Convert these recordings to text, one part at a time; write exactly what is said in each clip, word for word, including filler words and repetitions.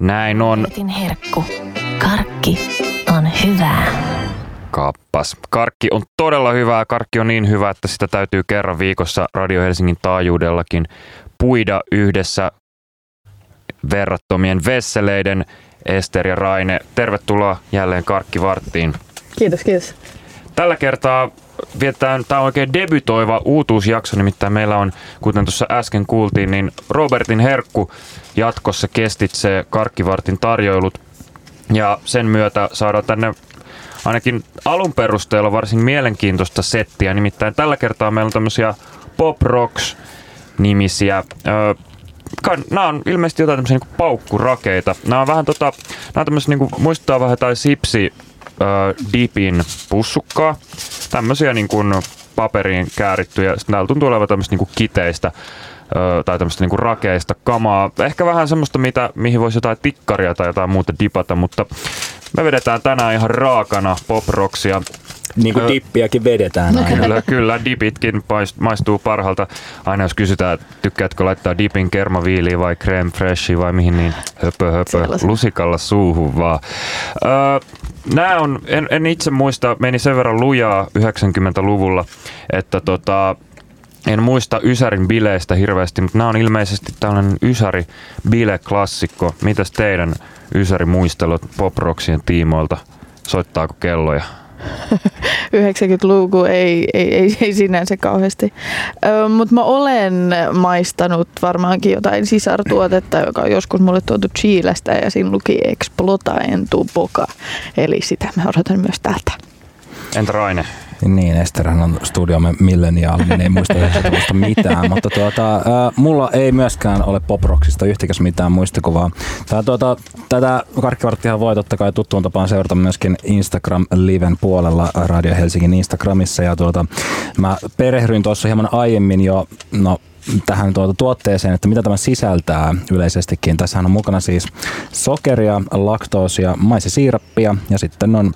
Näin on. Martin herkku. Karkki on hyvää. Kappas. Karkki on todella hyvää. Karkki on niin hyvä, että sitä täytyy kerran viikossa Radio Helsingin taajuudellakin puida yhdessä verrattomien vesseleiden. Ester ja Raine, tervetuloa jälleen Karkkivarttiin. Kiitos, kiitos. Tällä kertaa vietetään, tämä on oikein debytoiva uutuusjakso, nimittäin meillä on, kuten tuossa äsken kuultiin, niin Robertin herkku jatkossa kestitsee Karkkivartin tarjoilut. Ja sen myötä saadaan tänne ainakin alun perusteella varsin mielenkiintoista settiä. Nimittäin tällä kertaa meillä on tämmöisiä Pop Rocks-nimisiä. Öö, Nämä on ilmeisesti jotain tämmöisiä niin paukkurakeita. Nämä on vähän tota, nämä on tämmöisiä, niin kuin, muistuttaa vähän tai sipsi äh, dipin pussukkaa. Tämmöisiä niin kuin paperiin käärittyjä. Sitten täällä tuntuu olevan tämmöistä niin kuin kiteistä äh, tai tämmöistä niin kuin rakeista kamaa. Ehkä vähän semmoista, mitä, mihin voisi jotain tikkaria tai jotain muuta dipata, mutta me vedetään tänään ihan raakana Pop Rocksia. Niin kuin dippiäkin vedetään aina. Kyllä, kyllä, dipitkin maistuu parhaalta. Aina jos kysytään, tykkäätkö laittaa dipin kermaviiliin vai crème fraîche vai mihin, niin höpö höpö, sellaisen lusikalla suuhun vaan. Öö, Nämä on, en, en itse muista, meni sen verran lujaa yhdeksänkymmentäluvulla, että tota, en muista Ysärin bileistä hirveästi, mutta nämä on ilmeisesti tällainen Ysäri bile-klassikko. Mitäs teidän Ysäri muistelut Pop Rocksien tiimoilta? Soittaako kelloja? yhdeksänkymmentäluku ei, ei, ei, ei sinänsä kauheasti. Mutta mä olen maistanut varmaankin jotain sisartuotetta, joka on joskus mulle tuotu Chilestä ja siinä luki Explota en tu boca. Eli sitä mä odotan myös täältä. Entä Raine? Niin, Esterhän on studiomme milleniaali, niin ei muista yhdeksänkymmentäluvusta mitään, mutta tuota, äh, mulla ei myöskään ole Pop Rocksista yhtikäs mitään muistikuvaa. Tää, tuota, tätä Karkkivarttihan voi totta kai tuttuun tapaan seurata myöskin Instagram-liven puolella Radio Helsingin Instagramissa, ja tuota, mä perehdyin tuossa hieman aiemmin jo, no, tähän tuota tuotteeseen, että mitä tämä sisältää yleisestikin. Tässähän on mukana siis sokeria, laktoosia, maisisiirappia ja sitten on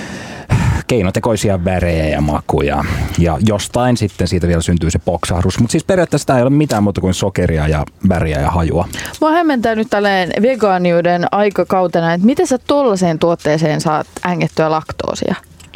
keinotekoisia värejä ja makuja. Ja jostain sitten siitä vielä syntyy se poksahdus. Mutta siis periaatteessa tämä ei ole mitään muuta kuin sokeria ja väriä ja hajua. Mua hämmentää nyt tälleen vegaaniuden aikakautena, että miten sä tollaiseen tuotteeseen saat ängettyä laktoosia?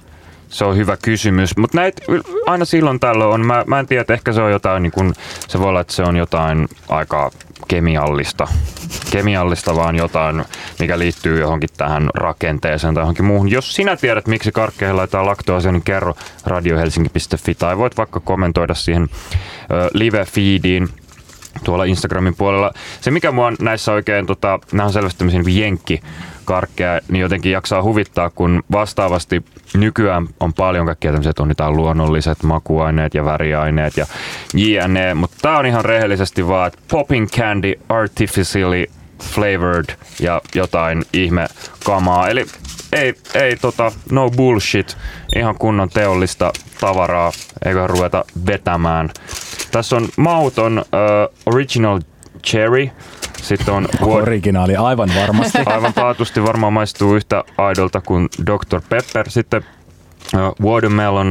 Se on hyvä kysymys, mutta näitä aina silloin tällöin on. Mä, mä en tiedä, että ehkä se on jotain, niin kun, se voi olla, että se on jotain aika kemiallista. Kemiallista vaan jotain, mikä liittyy johonkin tähän rakenteeseen tai johonkin muuhun. Jos sinä tiedät, miksi karkkeihin laitetaan laktoosia, niin kerro radiohelsinki piste fi tai voit vaikka kommentoida siihen ö, live-feediin tuolla Instagramin puolella. Se, mikä mua näissä oikein, tota, nämä on selvästi tämmöisiä niin jenkkikarkkeja, niin jotenkin jaksaa huvittaa, kun vastaavasti nykyään on paljon kaikkia tämmöisiä, että on niitä luonnolliset makuaineet ja väriaineet ja jne. Mutta tää on ihan rehellisesti vaan, että popping candy artificially flavored ja jotain ihme kamaa. Eli ei, ei tota, no bullshit, ihan kunnon teollista tavaraa, eiköhän ruveta vetämään. Tässä on mauton uh, original cherry. Sitten on originaali, aivan varmasti. Aivan taatusti varmaan maistuu yhtä aidolta kuin doctor Pepper. Sitten uh, watermelon,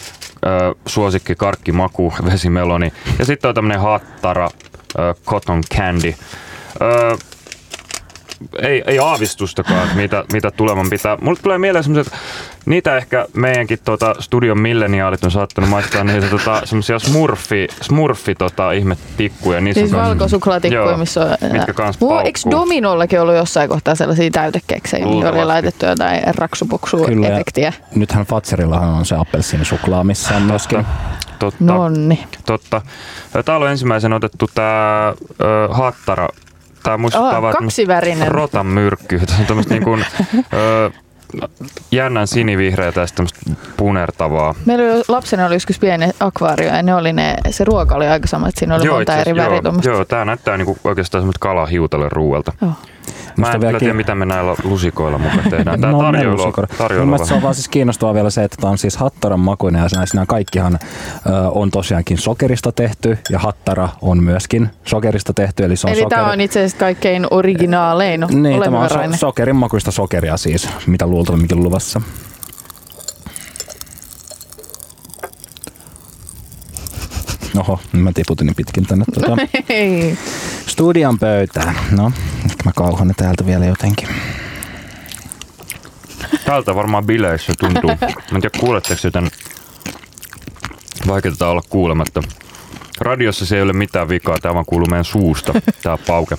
uh, suosikki karkkimaku, vesimeloni. Ja sitten on tämmönen hattara, uh, cotton candy. Uh, Ei, ei aavistustakaan, mitä, mitä tuleman pitää. Mulle tulee mieleen semmoiset, niitä ehkä meidänkin tota, studion milleniaalit on saattanut maistaa niitä tota, semmoisia smurfi, smurfi tota, ihmetikkuja. Niissä siis valkosuklaatikkuja, missä on... Mitkä kans paukkuu. Eikö Dominollakin ollut jossain kohtaa sellaisia täytekeksejä, mihin oli laitettu jotain raksupuksua-efektiä? Nythän Fatserillahan on se appelsiinisuklaa, missä on myöskin... Totta, Nonni. Totta. Täällä on ensimmäisen otettu tää uh, hattara. Tää muistuttaa oh, vaan kaksivärinen rotan myrkky. Tässä on tämmöistä niin kuin, ö, jännän sinivihreätä ja tämmöistä punertavaa. Meillä oli, lapsena oli joskus pieni akvaario ja ne oli ne, se ruoka oli aika sama, että siinä oli joo, monta eri väriä. Joo, joo, tää näyttää niinku oikeastaan semmoista kalahiutale ruualta. Oh. Mä en kyllä tiedä, mitä me näillä lusikoilla mukaan tehdään. Tää no, tarjoilu on tarjoilu. Se on vaan siis kiinnostavaa vielä se, että tää on siis hattaran makuinen ja nämä kaikkihan ö, on tosiaankin sokerista tehty ja hattara on myöskin sokerista tehty. Eli, se on eli sokeri... tää on itse asiassa kaikkein originaalein. Niin, tämä on so- sokerin makuista sokeria siis, mitä luultavimminkin luvassa. Oho, mä tiputin niin pitkin tänne tuota studion pöytään. No, nyt mä kauhon ne täältä vielä jotenkin. Täältä varmaan bileissä tuntuu. Mä en tiedä, kuuletteko joten vaikeaa olla kuulematta. Radiossa se ei ole mitään vikaa, tää vaan kuuluu meidän suusta, tää pauke.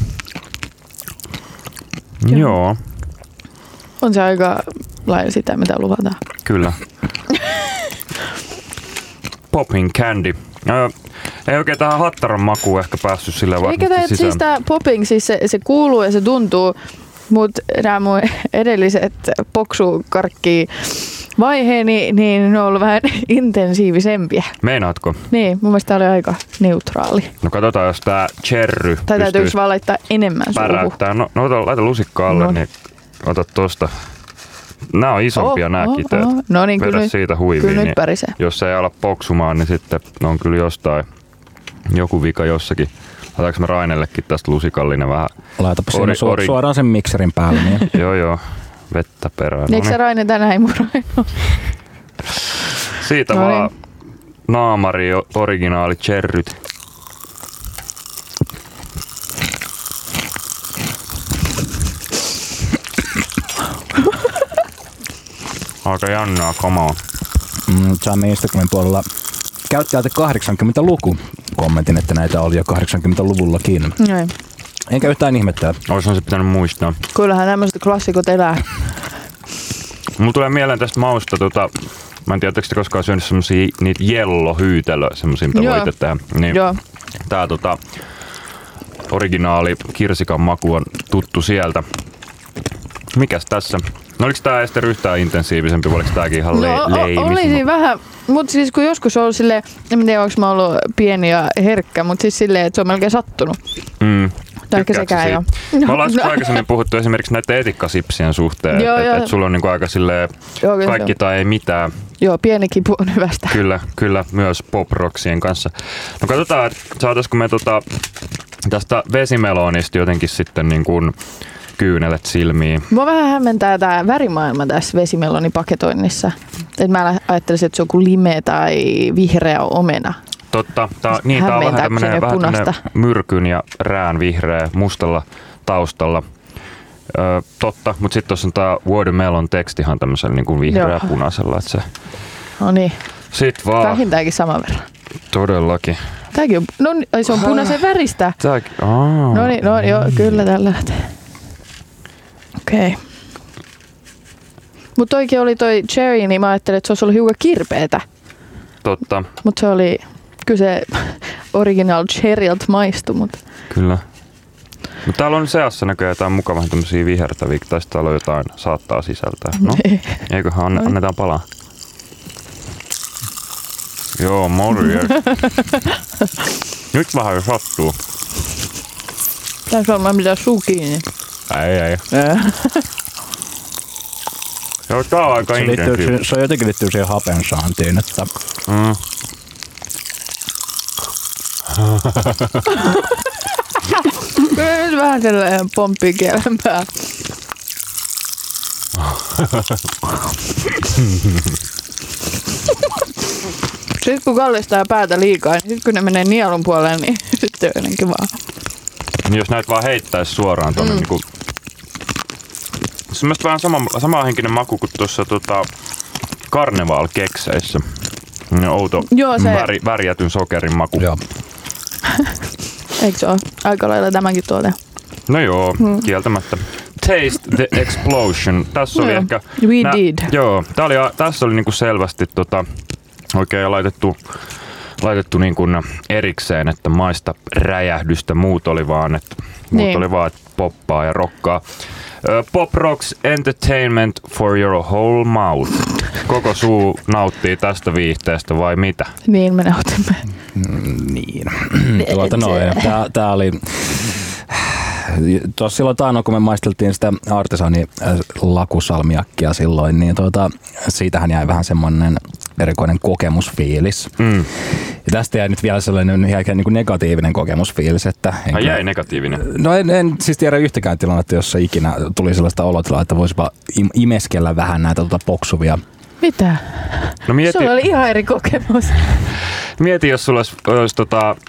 Joo. Joo. On se aika lailla sitä, mitä luvataan. Kyllä. Popping candy. Öö, ei oikein tähän hattaran makuun ehkä päässyt sillä varmasti eikä sisään. Siis tää popping, siis se, se kuuluu ja se tuntuu, mutta nämä mun edelliset poksukarkki vaiheeni, niin ne on ollut vähän intensiivisempia. Meinaatko? Niin, mun mielestä tää oli aika neutraali. No katsotaan, jos tää cherry tai täytyykö vaan laittaa enemmän suuhun. No, no ota, laita lusikka alle, no. Niin ota tosta. Nää on isompia oh, nää oh, kiteet. Oh. No niin, vedä kyllä siitä huiviin. Kyllä niin nyt pärisee. Jos ei ala poksumaan, niin sitten on kyllä jostain joku vika jossakin. Laitaanko me Rainellekin tästä lusikallinen vähän? Laitapa sinne su- ori... suoraan sen mikserin päälle. Niin. joo joo, vettä perään. Eikö se Raine tänään ei mun Raino? Siitä no vaan niin. Naamari originaali cherryt. Aika jännää kamaa. Mm, saamme Instagramin puolella käyttäjältä kahdeksankymmentäluku kommentin, että näitä oli jo kahdeksankymmentäluvullakin. Noin. Enkä yhtään ihmettää. Oishan se pitänyt muistaa. Kyllähän tämmöiset klassikot elää. Mulla tulee mieleen tästä mausta, tota, mä en tiedä, etteikö te koskaan syönyt semmosia niitä jellohyytelöä, semmosia, mitä Joo. voitte tehdä. Niin Joo. Tää tota, originaali kirsikan maku on tuttu sieltä. Mikäs tässä? No oliko tää Ester yhtään intensiivisempi, vai oliko tääkin ihan le- no, leimis? Oli siinä vähän, mutta siis kun joskus on ollut silleen, en tiedä onko mä ollut pieni ja herkkä, mutta siis silleen, että se on melkein sattunut. Mm. Tai ehkä sekään jo. Me ollaan no. aikaisemmin puhuttu esimerkiksi näiden etikkasipsien suhteen, että et, et sulla on niinku aika silleen joo, kaikki tai ei mitään. Joo, pieni kipu on hyvästä. Kyllä, kyllä, myös pop-rocksien kanssa. No katsotaan, että saataisiko me tota, tästä vesimelonista jotenkin sitten niin kuin kyynelet silmiin. Mua vähän hämmentää tää värimaailma tässä vesimelonipaketoinnissa. Et mä ajattelisin, että se on kuin lime tai vihreä omena. Totta. Tää, niin, tää on vähän tämmönen, vähän tämmönen myrkyn ja rään vihreä mustalla taustalla. Ö, totta, mutta sitten tuossa on tää watermelon tekstihan tämmöisellä niin kuin vihreä punaisella. Että se no niin. Sit vaan. Vähintäänkin saman verran. Todellakin. Tääkin on, no se on punaisen väristä. Tääkin, aah. No niin, no joo, kyllä tällä lähtee. Okei. Okay. Mutta toikin oli toi cherry, niin mä ajattelin, että se olisi ollut hiukan kirpeetä. Totta. Mutta se oli, kyllä se original cherryltä maistui. Mut. Kyllä. Mutta täällä on seassa näköjään jotain mukavaa tämmöisiä vihertäviä, tai täällä on jotain saattaa sisältää. No, eiköhän anne, annetaan palaa. Joo, morjes. Nyt vähän jo sattuu. Tässä on mitään suu kiinni. Ei, ei. Joo, tää on aika intensiivinen. Se on jotenkin liittyy siihen hapen saantiin, että... Mm. Kyllä nyt vähän sellainen pomppii kielen päällä. Sitten kun kallistaa päätä liikaa, niin sitten kun ne menee nielun puolelle, niin sitten on jotenkin vaan. Niin jos näitä vaan heittäisi suoraan tuonne mm. niinku... Se on vähän sama, samanhenkinen maku kuin tuossa tota, Carnival-kekseissä. Outo joo, se... väri, värjätyn sokerin maku. Joo. Eikö se ole aika lailla tämäkin tuote? No joo, mm. kieltämättä. Taste the Explosion. Tässä oli no, ehkä... We nä, did. Joo, tää oli, tässä oli niinku selvästi tota, oikein laitettu, laitettu niinku erikseen, että maista räjähdystä. Muut oli vaan, että muut niin. oli vaan, että poppaa ja rokkaa. Uh, Pop Rocks Entertainment for your whole mouth. Koko suu nauttii tästä viihteestä vai mitä? Niin me nautimme. Mm, niin. tuota noin. Tää, tää oli... Tuossa silloin taannoin, kun me maisteltiin sitä artesaani-lakusalmiakkia silloin, niin tuota, siitähän jäi vähän semmoinen erikoinen kokemusfiilis. Mm. Ja tästä jäi nyt vielä sellainen ihan niin kuin negatiivinen kokemusfiilis. Että enkä, Ai jäi negatiivinen? No en, en siis tiedä yhtäkään tilannetta, jossa ikinä tuli sellaista olotilaa, että voisipa imeskellä vähän näitä tuota poksuvia. Mitä? No mieti, sulla oli ihan eri kokemus. Mieti, jos sulla olisi, olisi tota,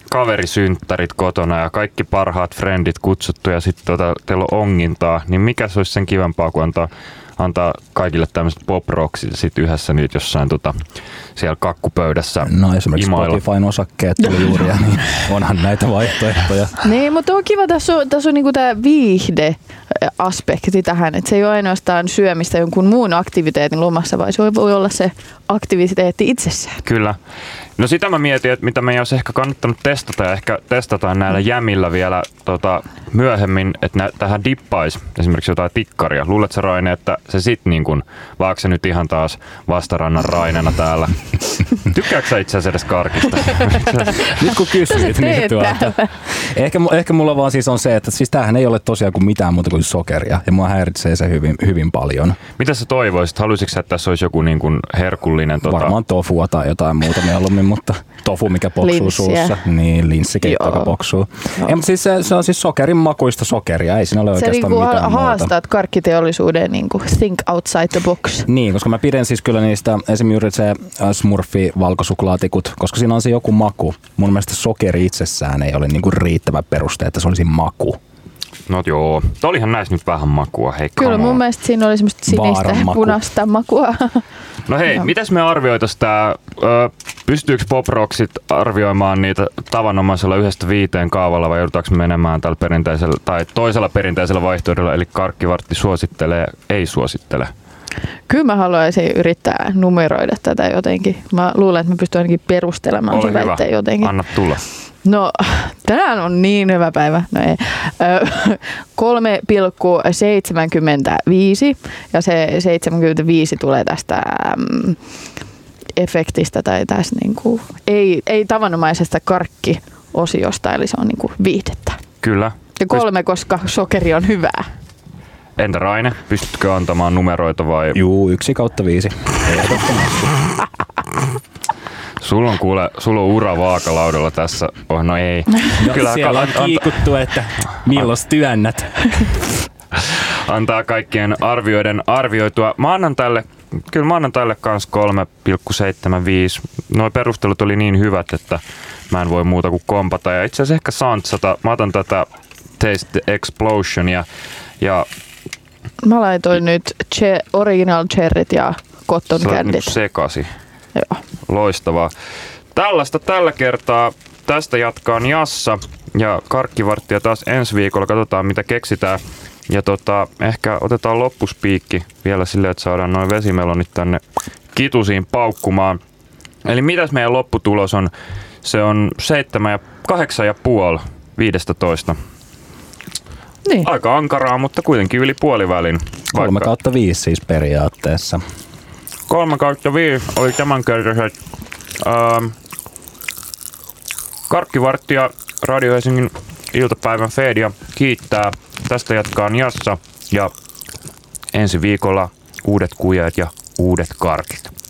kaverisynttärit kotona ja kaikki parhaat frendit kutsuttu ja sitten tota, teillä on ongintaa, niin mikä se olisi sen kivempaa kuin antaa, antaa kaikille tämmöiset pop-rocksit ja sitten yhdessä niitä jossain tota, siellä kakkupöydässä No esimerkiksi imailla. Spotifyn osakkeet tuli juuri ja niin onhan näitä vaihtoehtoja. Niin, mutta on kiva, tässä on, tässä on niinku tämä viihde-aspekti tähän, että se ei ole ainoastaan syömistä jonkun muun aktiviteetin lomassa, vaan se voi olla se aktiviteetti itsessään. Kyllä. No sitä mä mietin, että mitä meidän olisi ehkä kannattanut testata ja ehkä testataan näillä jämillä vielä tota, myöhemmin, että nä- tähän dippaisi esimerkiksi jotain tikkaria. Luuletko sä, Raine, että se sit niin kuin, vaikka se nyt ihan taas vastarannan Rainena täällä. Tykkääksä sä itse asiassa edes karkista? Nyt kun kysyit, niin tuota, ehkä, ehkä mulla vaan siis on se, että siis tämähän ei ole tosiaan kuin mitään muuta kuin sokeria ja mua häiritsee se hyvin, hyvin paljon. Mitä sä toivoisit? Haluaisitko sä, että tässä olisi joku niin kuin herkullinen... Tota... Varmaan tofua tai jotain muuta mieluummin, mutta tofu mikä poksuu Linssiä. suussa. Niin, linssikeitto, joka poksuu. Ei, mutta siis se, se on siis sokerin makuista sokeria, ei siinä ole Se oikeastaan niinku mitään haastat muuta. karkkiteollisuuden niinku think outside the box. Niin, koska mä pidän siis kyllä niistä esimerkiksi juuri se äh, Smurfi valkosuklaatikut, koska siinä on se joku maku. Mun mielestä sokeri itsessään ei ole niinku riittävä peruste, että se olisi maku. No joo, olihan näissä nyt vähän makua. Hei, Kyllä mun mielestä siinä oli semmoista sinistä Vaaran ja maku. punaista makua. No hei, Joo. mitäs me arvioitaisiin tää, ö, pystyykö pop-rocksit arvioimaan niitä tavanomaisella yhdestä viiteen kaavalla vai joudutaanko me menemään tällä perinteisellä tai toisella perinteisellä vaihtoehdolla, eli Karkkivartti suosittelee, ei suosittele? Kyllä mä haluaisin yrittää numeroida tätä jotenkin. Mä luulen, että mä pystyn ainakin perustelemaan Ole sen hyvä, väitteen jotenkin. anna tulla. No, tänään on niin hyvä päivä. No ei. kolme pilkku seitsemänkymmentäviisi ja se seitsemänkymmentäviisi tulee tästä mm, efektistä tai tästä niinku, ei, ei tavanomaisesta karkkiosiosta, eli se on niinku viihdettä. Kyllä. Ja kolme, koska sokeri on hyvää. Entä Raine, pystytkö antamaan numeroita vai? Juu, yksi kautta viisi. Sulla on kuule, sulla on ura vaakalaudalla tässä. Oh, no ei. No, Kyllä siellä on anta- kiikuttu, että milloin työnnät. antaa kaikkien arvioiden arvioitua. Mä annan tälle, kyllä mä annan tälle kans kolme pilkku seitsemänkymmentäviisi. Noi perustelut oli niin hyvät, että mä en voi muuta kuin kompata. Ja itse asiassa ehkä santsata. Mä otan tätä Taste the Explosionia ja Mä laitoin nyt che- original cherryt ja cotton se on candyt. niinku sekasi. Joo. Loistavaa. Tällaista tällä kertaa. Tästä jatkaa Jassa ja Karkkivarttia taas ensi viikolla. Katsotaan mitä keksitään. Ja tota, ehkä otetaan loppuspiikki vielä silleen, että saadaan noin vesimelonit tänne kitusiin paukkumaan. Eli mitäs meidän lopputulos on? Se on seitsemän ja kahdeksan ja puoli viidestätoista. Niin. Aika ankaraa, mutta kuitenkin yli puolivälin. Kolme kautta viisi siis periaatteessa. Kolme kautta viisi oli tämänkertaiset ähm, Karkkivarttia Radio Helsingin iltapäivän feedia kiittää. Tästä jatkaa Jassa ja ensi viikolla uudet kujeet ja uudet karkit.